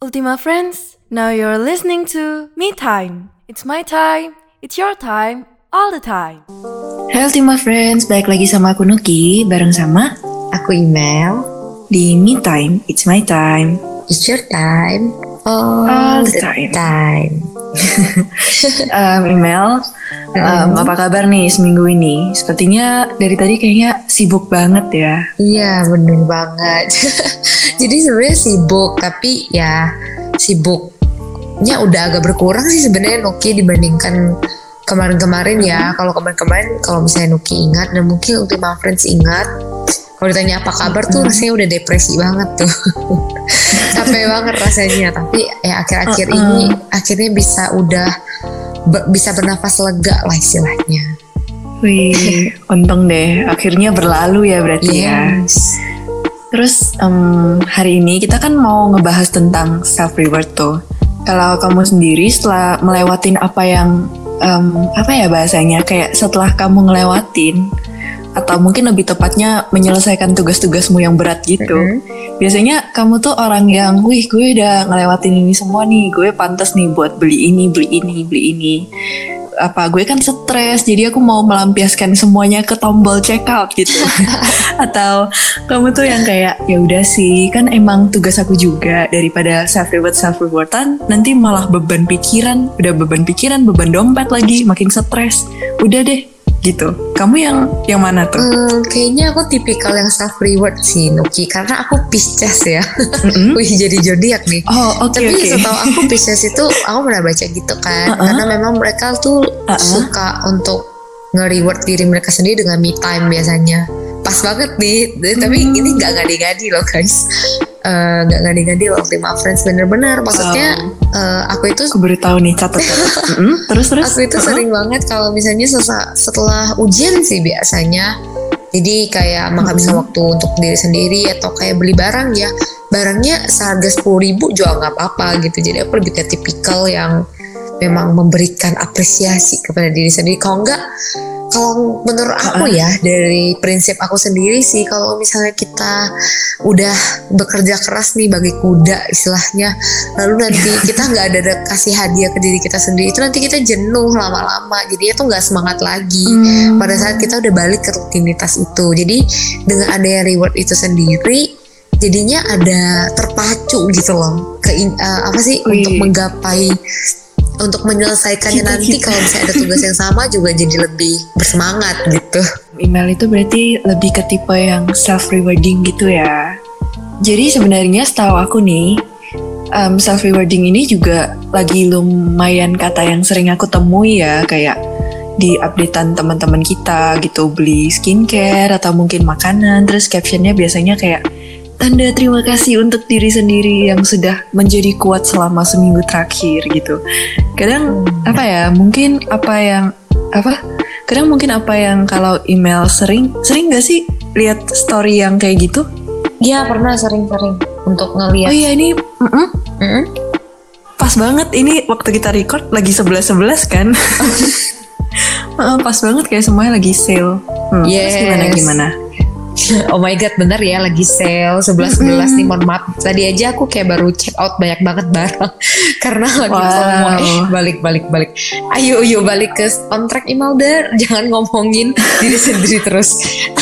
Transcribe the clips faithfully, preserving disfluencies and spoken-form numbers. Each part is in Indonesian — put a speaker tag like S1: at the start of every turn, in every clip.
S1: Ultima friends, now you're listening to Me Time. It's my time, it's your time, all the time.
S2: Hai Ultima friends, balik lagi sama aku Nuki, bareng sama
S3: aku Email.
S2: Di Me Time, it's my time,
S3: it's your time, all,
S2: all the
S3: the
S2: time,
S3: time.
S2: um, Email, um, apa kabar nih seminggu ini? Sepertinya dari tadi kayaknya sibuk banget ya.
S3: Iya bener banget. Jadi sebenarnya sibuk, tapi ya sibuknya udah agak berkurang sih sebenarnya Nuki dibandingkan kemarin-kemarin ya. Kalau kemarin-kemarin kalau misalnya Nuki ingat dan mungkin Ultima Friends ingat, kalau ditanya apa kabar tuh rasanya udah depresi banget tuh. Capek banget rasanya. Tapi ya akhir-akhir uh-uh. ini akhirnya bisa udah be- bisa bernafas lega lah istilahnya.
S2: Wih, untung deh akhirnya berlalu ya berarti yes. ya. Terus um, hari ini kita kan mau ngebahas tentang self reward tuh. Kalau kamu sendiri setelah melewatin apa yang um, apa ya bahasanya kayak setelah kamu ngelewatin atau mungkin lebih tepatnya menyelesaikan tugas-tugasmu yang berat gitu. Mm-hmm. Biasanya kamu tuh orang yang, wih gue udah ngelewatin ini semua nih, gue pantas nih buat beli ini, beli ini, beli ini. Apa gue kan stres, jadi aku mau melampiaskan semuanya ke tombol checkout gitu. Atau kamu tuh yang kayak, ya udah sih, kan emang tugas aku juga, daripada self reward self rewardan, nanti malah beban pikiran, udah beban pikiran, beban dompet lagi, makin stres. Udah deh. Gitu. Kamu yang yang mana tuh?
S3: Hmm, kayaknya aku tipikal yang self reward sih Nuki, karena aku Pisces ya. Mm-hmm. Wih jadi zodiak nih.
S2: Oh oke okay,
S3: Tapi
S2: okay.
S3: setahu aku Pisces itu aku pernah baca gitu kan. Uh-uh. Karena memang mereka tuh uh-uh. suka untuk nge-reward diri mereka sendiri dengan me time biasanya. Pas banget nih. Hmm. Tapi ini nggak ngadi-ngadi loh guys. Uh, gak ngadi-ngadi loh Ultima Friends, bener-bener maksudnya wow. uh, aku itu
S2: aku baru tahu nih catat mm-hmm. terus terus
S3: aku itu uh-huh. sering banget kalau misalnya sesa- setelah ujian sih biasanya, jadi kayak menghabiskan mm-hmm. waktu untuk diri sendiri atau kayak beli barang ya, barangnya seharga sepuluh ribu juga nggak apa-apa gitu. Jadi aku lebih ke tipikal yang memang memberikan apresiasi kepada diri sendiri. Kalau enggak, kalau menurut aku ya dari prinsip aku sendiri sih, kalau misalnya kita udah bekerja keras nih bagi kuda istilahnya, lalu nanti kita nggak ada, ada kasih hadiah ke diri kita sendiri, itu nanti kita jenuh lama-lama, jadinya tuh nggak semangat lagi hmm. pada saat kita udah balik ke rutinitas itu. Jadi dengan adanya reward itu sendiri, jadinya ada terpacu gitu loh ke uh, apa sih Wih. untuk menggapai, untuk menyelesaikannya kita, nanti kita. Kalau misalnya ada tugas yang sama juga jadi lebih bersemangat gitu.
S2: Email itu berarti lebih ke tipe yang self rewarding gitu ya. Jadi sebenarnya setahu aku nih, um, self rewarding ini juga lagi lumayan kata yang sering aku temui ya, kayak di updatean teman-teman kita gitu, beli skincare atau mungkin makanan, terus captionnya biasanya kayak tanda terima kasih untuk diri sendiri yang sudah menjadi kuat selama seminggu terakhir gitu. Kadang hmm. apa ya, mungkin apa yang apa? Kadang mungkin apa yang kalau email sering sering gak sih lihat story yang kayak gitu?
S3: Iya pernah sering-sering untuk ngelihat.
S2: Oh iya ini, mm-mm. Mm-mm. pas banget ini waktu kita record lagi sebelas sebelas kan? Pas banget kayak semuanya lagi sale. Hmm,
S3: yes.
S2: Terus gimana gimana?
S3: Oh my god bener ya lagi sale sebelas sebelas nih, mohon maaf tadi aja aku kayak baru check out banyak banget barang karena lagi
S2: wow.
S3: promo. Eh balik balik balik ayo ayo balik ke on track Imelda, jangan ngomongin diri sendiri terus.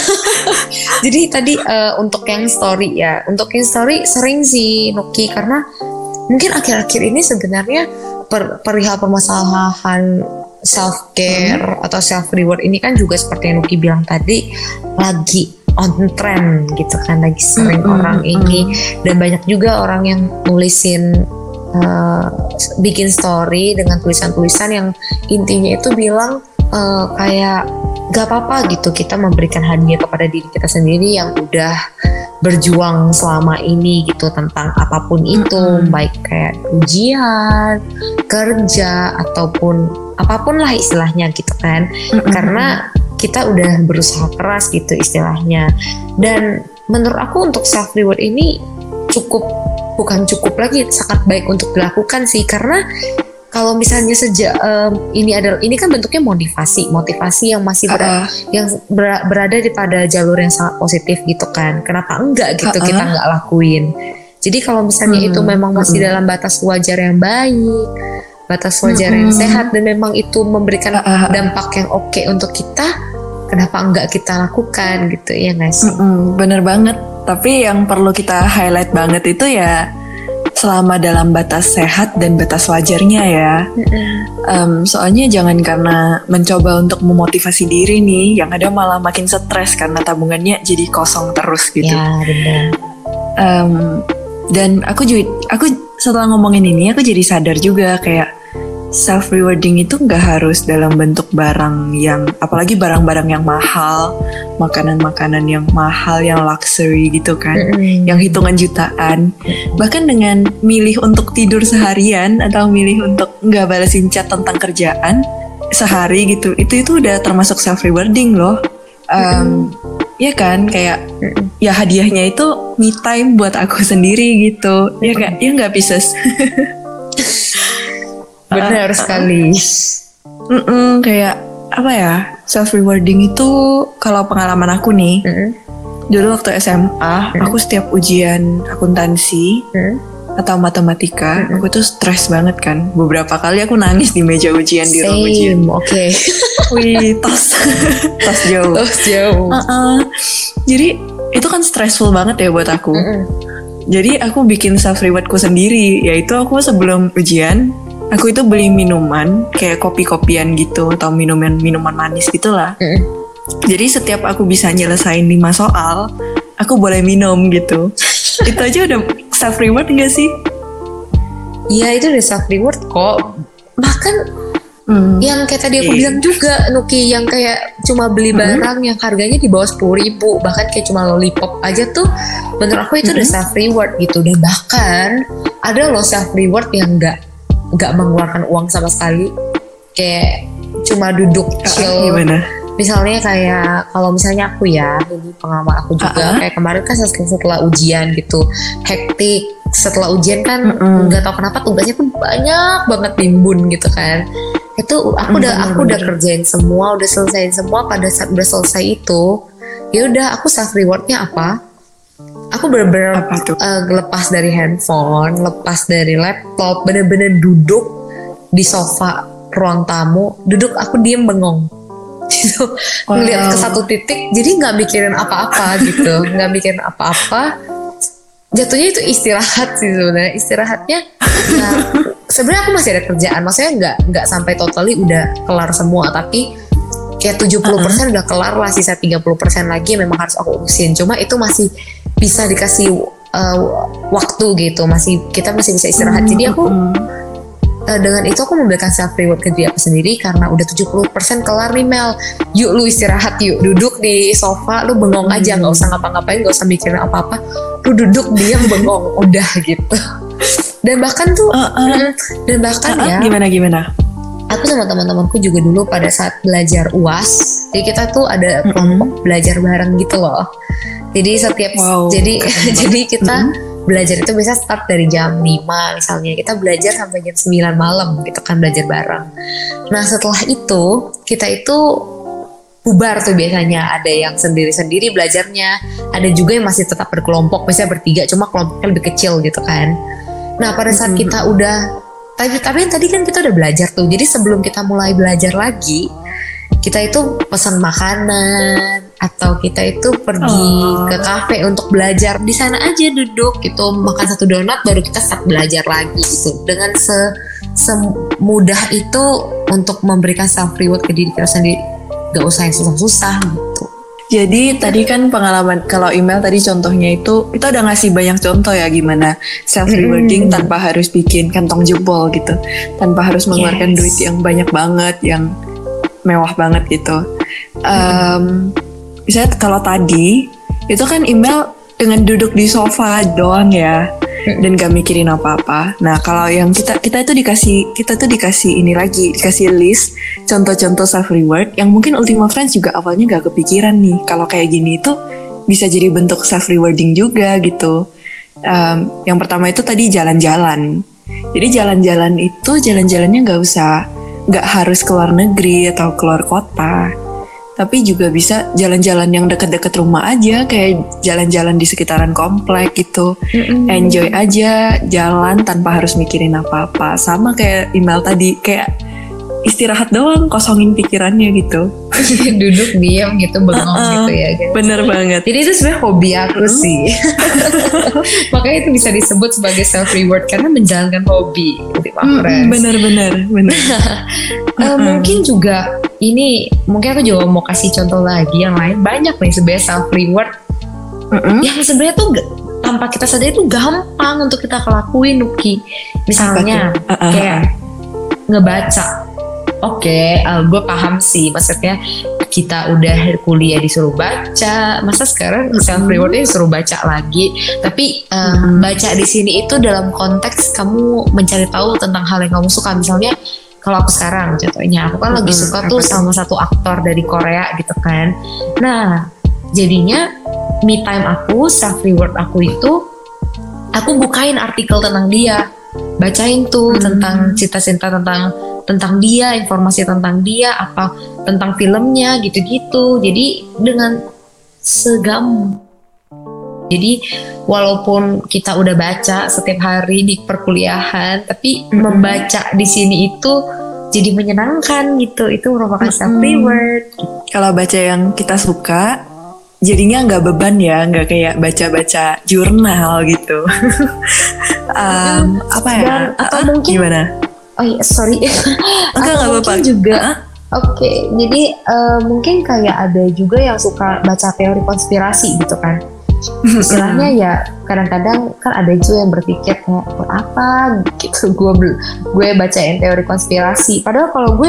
S3: Jadi tadi uh, untuk yang story ya, untuk yang story sering sih Nuki, karena mungkin akhir-akhir ini sebenarnya per, perihal permasalahan self care hmm. atau self reward ini kan juga seperti yang Nuki bilang tadi lagi on trend gitu kan, lagi sering mm-hmm. orang ini, dan banyak juga orang yang nulisin uh, bikin story dengan tulisan-tulisan yang intinya itu bilang uh, kayak gak apa-apa gitu kita memberikan hadiah kepada diri kita sendiri yang udah berjuang selama ini gitu tentang apapun itu, mm-hmm. baik kayak ujian, kerja ataupun apapun lah istilahnya gitu kan, mm-hmm. karena kita udah berusaha keras gitu istilahnya. Dan menurut aku untuk self reward ini cukup, bukan cukup lagi, sangat baik untuk dilakukan sih, karena kalau misalnya sejak um, ini adalah ini kan bentuknya motivasi, motivasi yang masih berada, uh-uh. yang ber, berada di pada jalur yang sangat positif gitu kan. Kenapa enggak gitu uh-uh. kita enggak lakuin? Jadi kalau misalnya
S2: Hmm.
S3: itu memang masih
S2: Hmm.
S3: dalam batas wajar yang baik, batas wajar yang
S2: Hmm.
S3: sehat, dan memang itu memberikan
S2: Ah, ah, ah.
S3: dampak yang oke untuk kita, kenapa enggak kita lakukan gitu ya nggak sih?
S2: Mm-mm, bener banget. Tapi yang perlu kita highlight banget itu ya selama dalam batas sehat dan batas wajarnya ya.
S3: Mm-mm.
S2: Em, soalnya jangan karena mencoba untuk memotivasi diri nih, yang ada malah makin stres karena tabungannya jadi kosong terus gitu.
S3: Ya benar.
S2: Em, dan aku juga, aku setelah ngomongin ini, aku jadi sadar juga kayak self rewarding itu nggak harus dalam bentuk barang yang, apalagi barang-barang yang mahal, makanan-makanan yang mahal, yang luxury gitu kan,
S3: Mm-mm.
S2: yang hitungan jutaan. Bahkan dengan milih untuk tidur seharian atau milih untuk nggak balesin chat tentang kerjaan sehari gitu, itu itu udah termasuk self rewarding loh. Em, ya kan, kayak
S3: Mm-mm.
S2: ya hadiahnya itu me time buat aku sendiri gitu. Ya nggak, ya nggak Pisces.
S3: Benar sekali.
S2: Mm-mm, kayak apa ya, self rewarding itu kalau pengalaman aku nih,
S3: Mm-mm.
S2: dulu waktu S M A
S3: Hmm.
S2: aku setiap ujian akuntansi
S3: Mm.
S2: atau matematika,
S3: Mm-mm.
S2: aku tuh stres banget kan. Beberapa kali aku nangis di meja ujian, di ruang ujian.
S3: Same, oke.
S2: Wih, tos, tos jauh.
S3: Terus jauh.
S2: Uh-uh. Jadi itu kan stressful banget ya buat aku.
S3: Mm-mm.
S2: Jadi aku bikin self rewardku sendiri, yaitu aku sebelum ujian, aku itu beli minuman kayak kopi-kopian gitu atau minuman minuman manis gitulah.
S3: Mm-mm.
S2: Jadi setiap aku bisa nyelesain lima soal, aku boleh minum gitu. Itu aja udah self reward gak sih?
S3: Iya itu udah self reward kok. Bahkan
S2: Hmm.
S3: yang kayak tadi aku
S2: Iya.
S3: bilang juga, Nuki, yang kayak cuma beli
S2: Hmm.
S3: barang yang harganya di bawah sepuluh ribu, bahkan kayak cuma lollipop aja tuh, menurut aku itu udah
S2: Hmm.
S3: self reward gitu. Dan bahkan ada loh self reward yang nggak nggak mengeluarkan uang sama sekali, kayak cuma duduk
S2: Ah,
S3: chill.
S2: gimana?
S3: Misalnya kayak kalau misalnya aku ya, ini pengalaman aku juga,
S2: Ah, ah.
S3: kayak kemarin kan setelah, setelah ujian gitu, hektik. Setelah ujian kan
S2: Mm-mm.
S3: nggak tahu kenapa tugasnya tuh banyak banget timbun gitu kan. Itu aku udah
S2: Mm,
S3: aku udah
S2: bener-bener.
S3: kerjain semua, udah selesaiin semua. Pada saat udah selesai itu, ya udah aku self rewardnya apa? Aku bener-bener
S2: Apa tuh?
S3: eh, lepas dari handphone, lepas dari laptop, bener-bener duduk di sofa ruang tamu, duduk aku diem bengong gitu,
S2: Wow.
S3: ngeliat ke satu titik, jadi nggak mikirin apa-apa gitu, nggak mikirin apa-apa. Jatuhnya itu istirahat sih sebenarnya. Istirahatnya ya, sebenarnya aku masih ada kerjaan, maksudnya nggak nggak sampai totally udah kelar semua, tapi kayak tujuh puluh persen udah kelar lah, sisa tiga puluh persen lagi memang harus aku urusin. Cuma itu masih bisa dikasih uh, waktu gitu, masih kita masih bisa istirahat. Jadi aku
S2: Mm-mm.
S3: uh, dengan itu aku memberikan self reward ke diri aku sendiri, karena udah tujuh puluh persen kelar nih Mel. Yuk lu istirahat, yuk duduk di sofa, lu bengong aja, nggak usah ngapa-ngapain, nggak usah mikirin apa-apa, lu duduk diam bengong, udah gitu. Dan bahkan tuh,
S2: Uh, uh.
S3: mm, dan bahkan
S2: Uh, uh,
S3: ya,
S2: gimana gimana?
S3: aku sama teman-temanku juga dulu pada saat belajar U A S, jadi kita tuh ada kelompok belajar bareng gitu loh. Jadi setiap
S2: Wow,
S3: jadi
S2: keren banget.
S3: jadi kita
S2: Mm-mm.
S3: belajar itu bisa start dari jam lima misalnya, kita belajar sampai jam sembilan malam gitu kan, belajar bareng. Nah setelah itu kita itu bubar tuh, biasanya ada yang sendiri-sendiri belajarnya, ada juga yang masih tetap berkelompok, misalnya bertiga, cuma kelompoknya lebih kecil gitu kan. Nah pada saat
S2: Mm-mm.
S3: kita udah tapi tapi yang tadi kan kita udah belajar tuh, jadi sebelum kita mulai belajar lagi, kita itu pesan makanan atau kita itu pergi
S2: Oh.
S3: ke kafe untuk belajar, di sana aja duduk gitu, makan satu donat baru kita start belajar lagi gitu. Dengan se semudah itu untuk memberikan self reward ke diri kita sendiri, gak usah yang susah-susah gitu.
S2: Jadi tadi kan pengalaman, kalau email tadi contohnya itu kita udah ngasih banyak contoh ya gimana self rewarding
S3: Mm-mm.
S2: tanpa harus bikin kantong jebol gitu, tanpa harus mengeluarkan
S3: Yes.
S2: duit yang banyak banget, yang mewah banget gitu. Em, misalnya kalau tadi itu kan email dengan duduk di sofa doang ya, dan gak mikirin apa-apa. Nah kalau yang kita kita itu dikasih kita tuh dikasih ini lagi, dikasih list contoh-contoh self reward yang mungkin Ultima Friends juga awalnya gak kepikiran nih kalau kayak gini itu bisa jadi bentuk self rewarding juga gitu. Um, yang pertama itu tadi jalan-jalan. Jadi jalan-jalan itu jalan-jalannya nggak usah, nggak harus keluar negeri atau keluar kota. tapi juga bisa jalan-jalan yang deket-deket rumah aja, kayak jalan-jalan di sekitaran komplek gitu. Mm-hmm. Enjoy aja jalan tanpa harus mikirin apa-apa. Sama kayak email tadi, kayak istirahat doang, kosongin pikirannya gitu.
S3: Duduk diam gitu, bengong uh-uh, gitu ya guys.
S2: Bener banget.
S3: Jadi itu sebenarnya hobi aku hmm. sih. Makanya itu bisa disebut sebagai self reward karena menjalankan hobi.
S2: Mm, bener-bener. bener.
S3: uh, uh-uh. Mungkin juga ini, mungkin aku juga mau kasih contoh lagi yang lain. Banyak nih sebenarnya self reward uh-uh. yang sebenarnya tuh gak, tanpa kita sadari itu gampang untuk kita kelakuin, Nuki. Misalnya uh-uh. kayak ngebaca. Oke, okay, uh, gue paham sih, maksudnya kita udah kuliah disuruh baca, masa sekarang self rewardnya disuruh baca lagi. Tapi uh, hmm. baca di sini itu dalam konteks kamu mencari tahu tentang hal yang kamu suka. Misalnya kalau aku sekarang, contohnya aku kan lagi hmm. suka tuh sama satu aktor dari Korea gitu kan. Nah, jadinya me time aku, self reward aku itu, aku bukain artikel tentang dia, bacain tuh hmm. tentang cita-cita tentang tentang dia, informasi tentang dia, apa tentang filmnya gitu-gitu. Jadi dengan segam. Jadi walaupun kita udah baca setiap hari di perkuliahan, tapi mm-hmm. membaca di sini itu jadi menyenangkan gitu. Itu merupakan mm-hmm. self reward.
S2: Kalau baca yang kita suka, jadinya nggak beban ya, nggak kayak baca-baca jurnal gitu. um, apa ya?
S3: Dan, atau uh, mungkin
S2: gimana?
S3: Oh iya, sorry.
S2: Enggak, nggak apa-apa
S3: juga. Oke, okay, jadi uh, mungkin kayak ada juga yang suka baca teori konspirasi gitu kan. Istilahnya ya kadang-kadang kan ada juga yang berpikir kayak buat apa gitu gue gue bacain teori konspirasi. Padahal kalau gue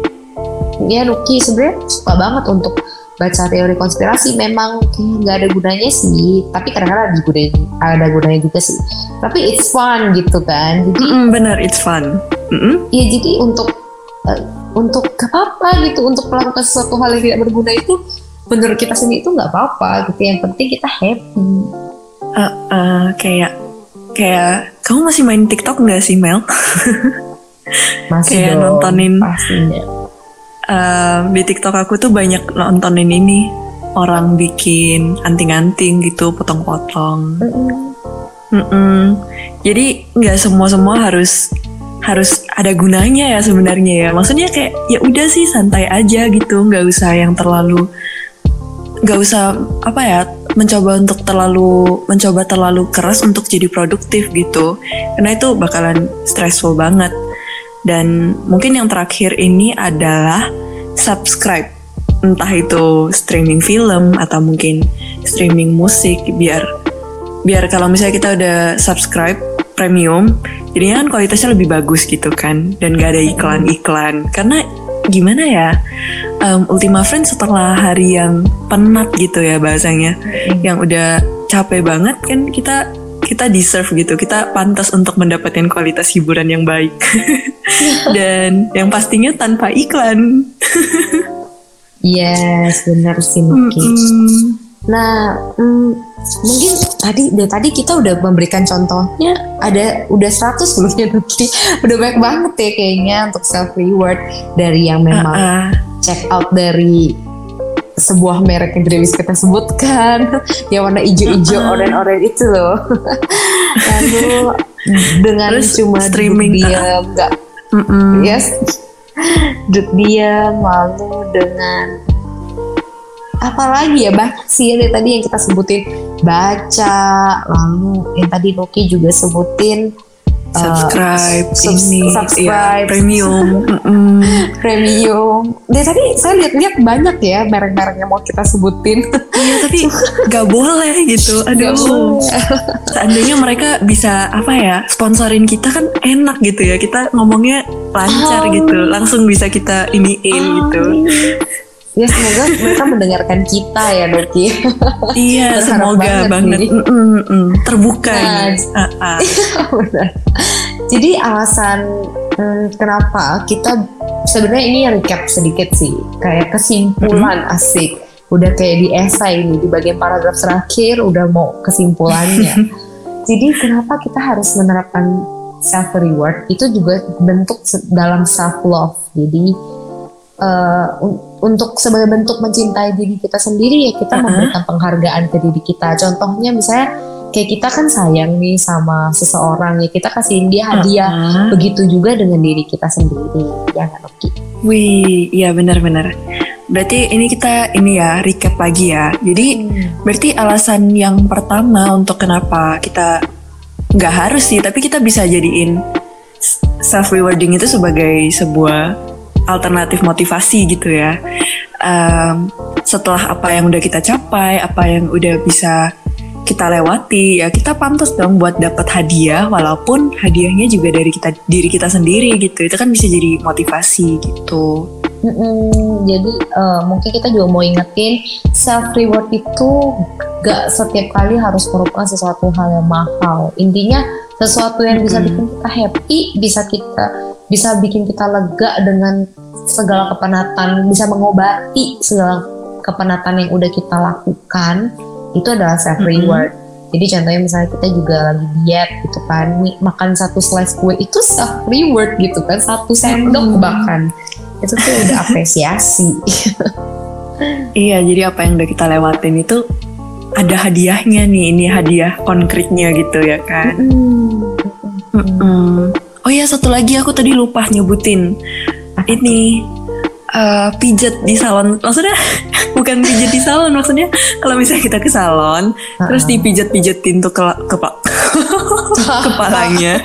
S3: ya Nuki sebenarnya suka banget untuk baca teori konspirasi, memang nggak ada gunanya sih, tapi kadang-kadang ada gunanya, ada gunanya juga sih. Tapi it's fun gitu kan. Jadi
S2: mm, benar, it's fun. Mm-hmm.
S3: Ya jadi untuk uh, untuk apa gitu, untuk melakukan sesuatu hal yang tidak berguna itu menurut kita sendiri itu nggak apa-apa gitu. Yang penting kita happy.
S2: Uh, uh, kayak kayak kamu masih main TikTok nggak sih, Mel?
S3: Masih
S2: kayak
S3: dong,
S2: nontonin.
S3: Pastinya.
S2: Uh, di TikTok aku tuh banyak nontonin ini, orang bikin anting-anting gitu, potong-potong. Mm-mm. Jadi nggak semua-semua harus harus ada gunanya ya sebenarnya ya. Maksudnya kayak ya udah sih santai aja gitu, nggak usah yang terlalu, nggak usah apa ya, mencoba untuk terlalu mencoba terlalu keras untuk jadi produktif gitu. Karena itu bakalan stressful banget. Dan mungkin yang terakhir ini adalah subscribe, entah itu streaming film atau mungkin streaming musik, biar biar kalau misalnya kita udah subscribe premium, jadinya kan kualitasnya lebih bagus gitu kan, dan gak ada iklan-iklan. Karena gimana ya, um, Ultima Friends setelah hari yang penat gitu ya bahasanya, mm-hmm. yang udah capek banget kan, kita kita deserve gitu, kita pantas untuk mendapatkan kualitas hiburan yang baik. Dan yang pastinya tanpa iklan.
S3: Yes, benar sih Nuki. Mm-hmm. Nah, mm, mungkin tadi dari tadi kita udah memberikan contohnya, ada udah seratus sebelumnya Nuki. Udah banyak banget ya kayaknya untuk self reward, dari yang memang uh-uh. check out dari sebuah merek yang tidak bisa kita sebutkan, yang warna hijau-hijau, uh-uh. oren-oren itu loh. Lalu dengan terus cuma streaming diam, nggak, uh-uh. yes, duduk diam, lalu dengan apa lagi ya, banyak sih ya tadi yang kita sebutin, baca, lalu yang tadi Nuki juga sebutin
S2: subscribe, uh,
S3: ini, subscribe,
S2: ya, premium,
S3: premium. Dari tadi saya lihat-lihat banyak ya merek-merek yang mau kita sebutin.
S2: Iya, tapi nggak boleh gitu. Aduh, seandainya mereka bisa apa ya, sponsorin kita kan enak gitu ya. Kita ngomongnya lancar oh. gitu, langsung bisa kita iniin oh. gitu.
S3: Ya semoga mereka mendengarkan kita ya Nuki.
S2: Iya, semoga banget, banget. Mm, mm, terbuka nah, uh-uh.
S3: Benar. Jadi alasan mm, kenapa kita sebenarnya ini recap sedikit sih, kayak kesimpulan mm-hmm. asik. Udah kayak di esai ini, di bagian paragraf terakhir udah mau kesimpulannya. Jadi kenapa kita harus menerapkan self reward, itu juga bentuk dalam self love. Jadi uh, un- untuk sebagai bentuk mencintai diri kita sendiri ya kita
S2: Uh-uh.
S3: memberikan penghargaan ke diri kita. Contohnya misalnya kayak kita kan sayang nih sama seseorang ya kita kasihin dia hadiah.
S2: Uh-uh.
S3: Begitu juga dengan diri kita sendiri ya nggak Oki?
S2: Wih, iya benar-benar. Berarti ini kita ini ya recap lagi ya. Jadi
S3: Hmm.
S2: berarti alasan yang pertama untuk kenapa kita nggak harus sih, tapi kita bisa jadiin self rewarding itu sebagai sebuah alternatif motivasi gitu ya. Um, setelah apa yang udah kita capai, apa yang udah bisa kita lewati, ya kita pantas dong buat dapat hadiah, walaupun hadiahnya juga dari kita diri kita sendiri gitu. Itu kan bisa jadi motivasi gitu.
S3: Mm-mm, jadi uh, mungkin kita juga mau ingetin self reward itu gak setiap kali harus merupakan sesuatu hal yang mahal. Intinya sesuatu yang bisa
S2: Mm-mm.
S3: bikin kita happy, bisa kita bisa bikin kita lega dengan segala kepenatan, bisa mengobati segala kepenatan yang udah kita lakukan. Itu adalah self reward. Jadi contohnya misalnya kita juga lagi diet gitu kan, nih, makan satu slice kue itu self reward gitu kan, satu sendok bahkan itu tuh udah apresiasi.
S2: Iya, jadi apa yang udah kita lewatin itu ada hadiahnya nih, ini hadiah konkretnya gitu ya kan. Mm-mm. Oh iya, satu lagi aku tadi lupa nyebutin ini uh, pijat di salon. Maksudnya bukan pijat di salon, maksudnya kalau misalnya kita ke salon
S3: Uh-uh.
S2: terus dipijat-pijatin tuh ke kepa- kepalanya,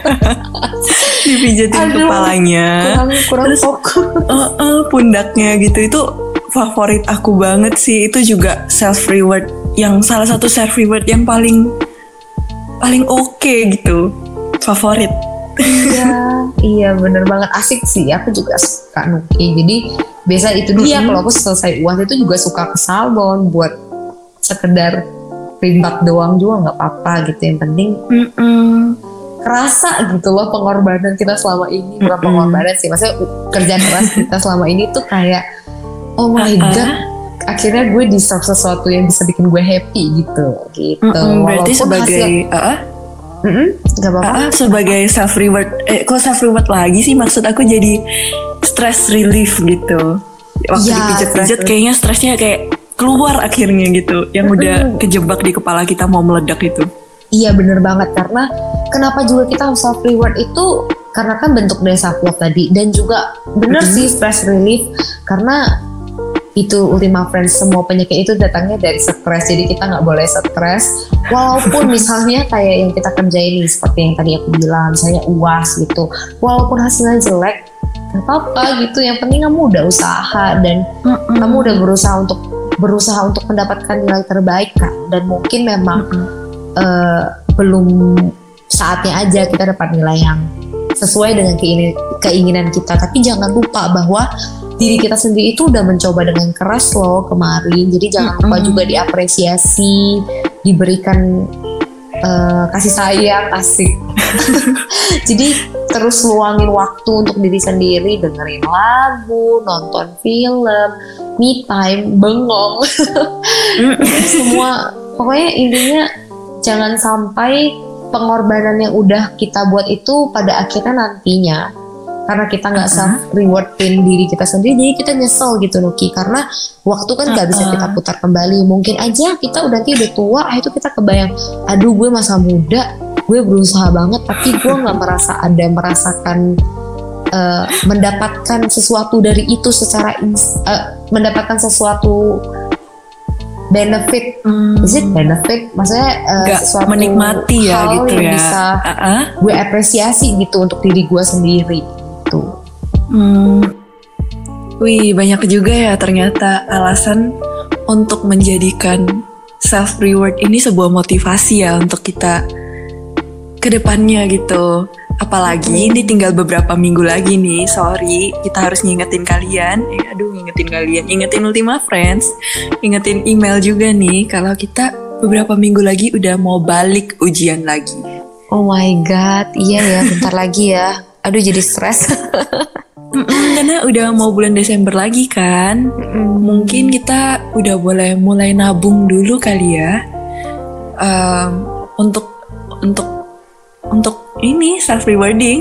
S2: dipijatin
S3: Aduh,
S2: kepalanya,
S3: kurang kurang
S2: terus
S3: fokus.
S2: uh, uh, pundaknya gitu. Itu favorit aku banget sih. Itu juga self reward, yang salah satu self reward yang paling paling oke gitu, favorit.
S3: Iya, iya bener banget, asik sih. Aku juga suka Nuki. Jadi biasa itu dia
S2: Mm-hmm.
S3: kalau aku selesai U A S itu juga suka ke salon buat sekedar rimbat doang juga nggak apa-apa gitu. Yang penting
S2: Mm-mm.
S3: kerasa gitu loh pengorbanan kita selama ini. Bukan
S2: Mm-mm.
S3: pengorbanan sih, maksudnya kerja keras kita selama ini tuh kayak oh my
S2: Uh-uh.
S3: god, akhirnya gue deserve sesuatu yang bisa bikin gue happy gitu gitu.
S2: Mm-mm. Berarti
S3: Walaupun
S2: sebagai
S3: hasil,
S2: uh-uh.
S3: Mm-mm, nggak apa-apa.
S2: Ah, sebagai self reward, eh kok self reward lagi sih, maksud aku jadi stress relief gitu. Waktu
S3: Ya,
S2: dipijat-pijat
S3: stress
S2: kayaknya stresnya kayak keluar akhirnya gitu, yang udah kejebak di kepala kita mau meledak itu.
S3: Iya bener banget, karena kenapa juga kita harus self reward itu karena kan bentuk dari self love tadi, dan juga bener
S2: Mm-hmm.
S3: sih stress relief karena itu Ultima Friends, semua penyakit itu datangnya dari stres. Jadi kita nggak boleh stres walaupun misalnya kayak yang kita kerjain ini seperti yang tadi aku bilang, misalnya U A S gitu, walaupun hasilnya jelek nggak apa-apa gitu, yang penting kamu udah usaha dan
S2: Mm-mm.
S3: kamu udah berusaha untuk berusaha untuk mendapatkan nilai terbaik kan. Dan mungkin memang
S2: Mm-mm.
S3: uh, belum saatnya aja kita dapat nilai yang sesuai dengan keinginan, keinginan kita. Tapi jangan lupa bahwa diri kita sendiri itu udah mencoba dengan keras loh kemarin. Jadi jangan lupa
S2: Mm-mm.
S3: juga diapresiasi, diberikan uh, kasih sayang, asik. Jadi terus luangin waktu untuk diri sendiri, dengerin lagu, nonton film, me time, bengong. Semua pokoknya intinya jangan sampai pengorbanan yang udah kita buat itu pada akhirnya nantinya karena kita nggak
S2: Uh-huh.
S3: self rewardin diri kita sendiri, jadi kita nyesel gitu Nuki, karena waktu kan nggak bisa
S2: Uh-uh.
S3: kita putar kembali. Mungkin aja kita udah nanti udah tua, ah, itu kita kebayang, aduh gue masa muda, gue berusaha banget tapi gue nggak merasa ada merasakan uh, mendapatkan sesuatu dari itu secara ins- uh, mendapatkan sesuatu benefit.
S2: Mm.
S3: Is it benefit? Maksudnya uh,
S2: Nggak
S3: sesuatu
S2: menikmati ya
S3: hal
S2: gitu
S3: yang
S2: ya.
S3: bisa
S2: Uh-uh.
S3: gue apresiasi gitu untuk diri gue sendiri gitu.
S2: Hmm. Wih, banyak juga ya ternyata alasan untuk menjadikan self reward ini sebuah motivasi ya untuk kita ke depannya gitu. Apalagi ini tinggal beberapa minggu lagi nih. Sorry, kita harus ngingetin kalian. Eh, aduh, ngingetin kalian, ingetin Ultima Friends, ingetin email juga nih kalau kita beberapa minggu lagi udah mau balik ujian lagi.
S3: Oh my god, iya ya, bentar lagi ya. Aduh jadi stres.
S2: Mm-mm, karena udah mau bulan Desember lagi kan. Mungkin kita udah boleh mulai nabung dulu kali ya. Um, untuk untuk untuk ini self rewarding.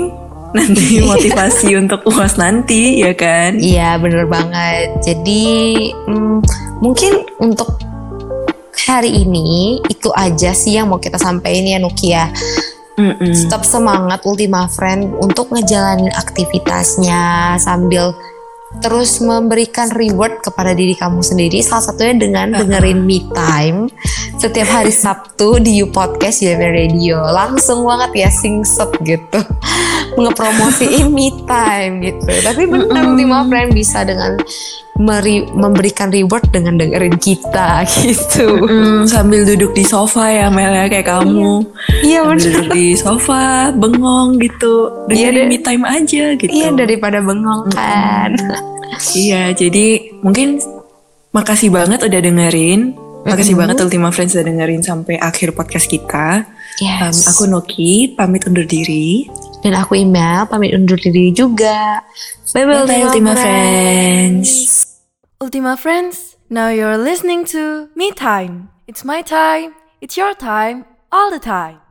S2: nanti motivasi untuk U A S nanti, ya kan?
S3: Iya bener banget. Jadi hmm, mungkin untuk hari ini itu aja sih yang mau kita sampaikan ya Nukia.
S2: Mm-mm.
S3: Tetap semangat Ultima Friend untuk ngejalanin aktivitasnya sambil terus memberikan reward kepada diri kamu sendiri, salah satunya dengan dengerin Me Time setiap hari Sabtu di You Podcast Y M Radio. Langsung banget ya singset gitu ngepromosiin Me Time gitu. Tapi benar Ultima Friend bisa dengan meri- memberikan reward dengan dengerin kita gitu.
S2: Mm, sambil duduk di sofa ya Mel ya, kayak kamu.
S3: Iya benar.
S2: Duduk di sofa bengong gitu, dengerin
S3: Iya,
S2: Me Time aja gitu.
S3: Iya daripada bengong kan.
S2: Iya, jadi mungkin makasih banget udah dengerin. Makasih
S3: Mm-hmm.
S2: banget Ultima Friends udah dengerin sampai akhir podcast kita.
S3: Yes.
S2: Um, aku Noki, pamit undur diri.
S3: Dan aku Email, pamit undur diri juga. Bye-bye
S2: Bye Ultima Friends.
S1: Ultima Friends, now you're listening to Me Time. It's my time, it's your time, all the time.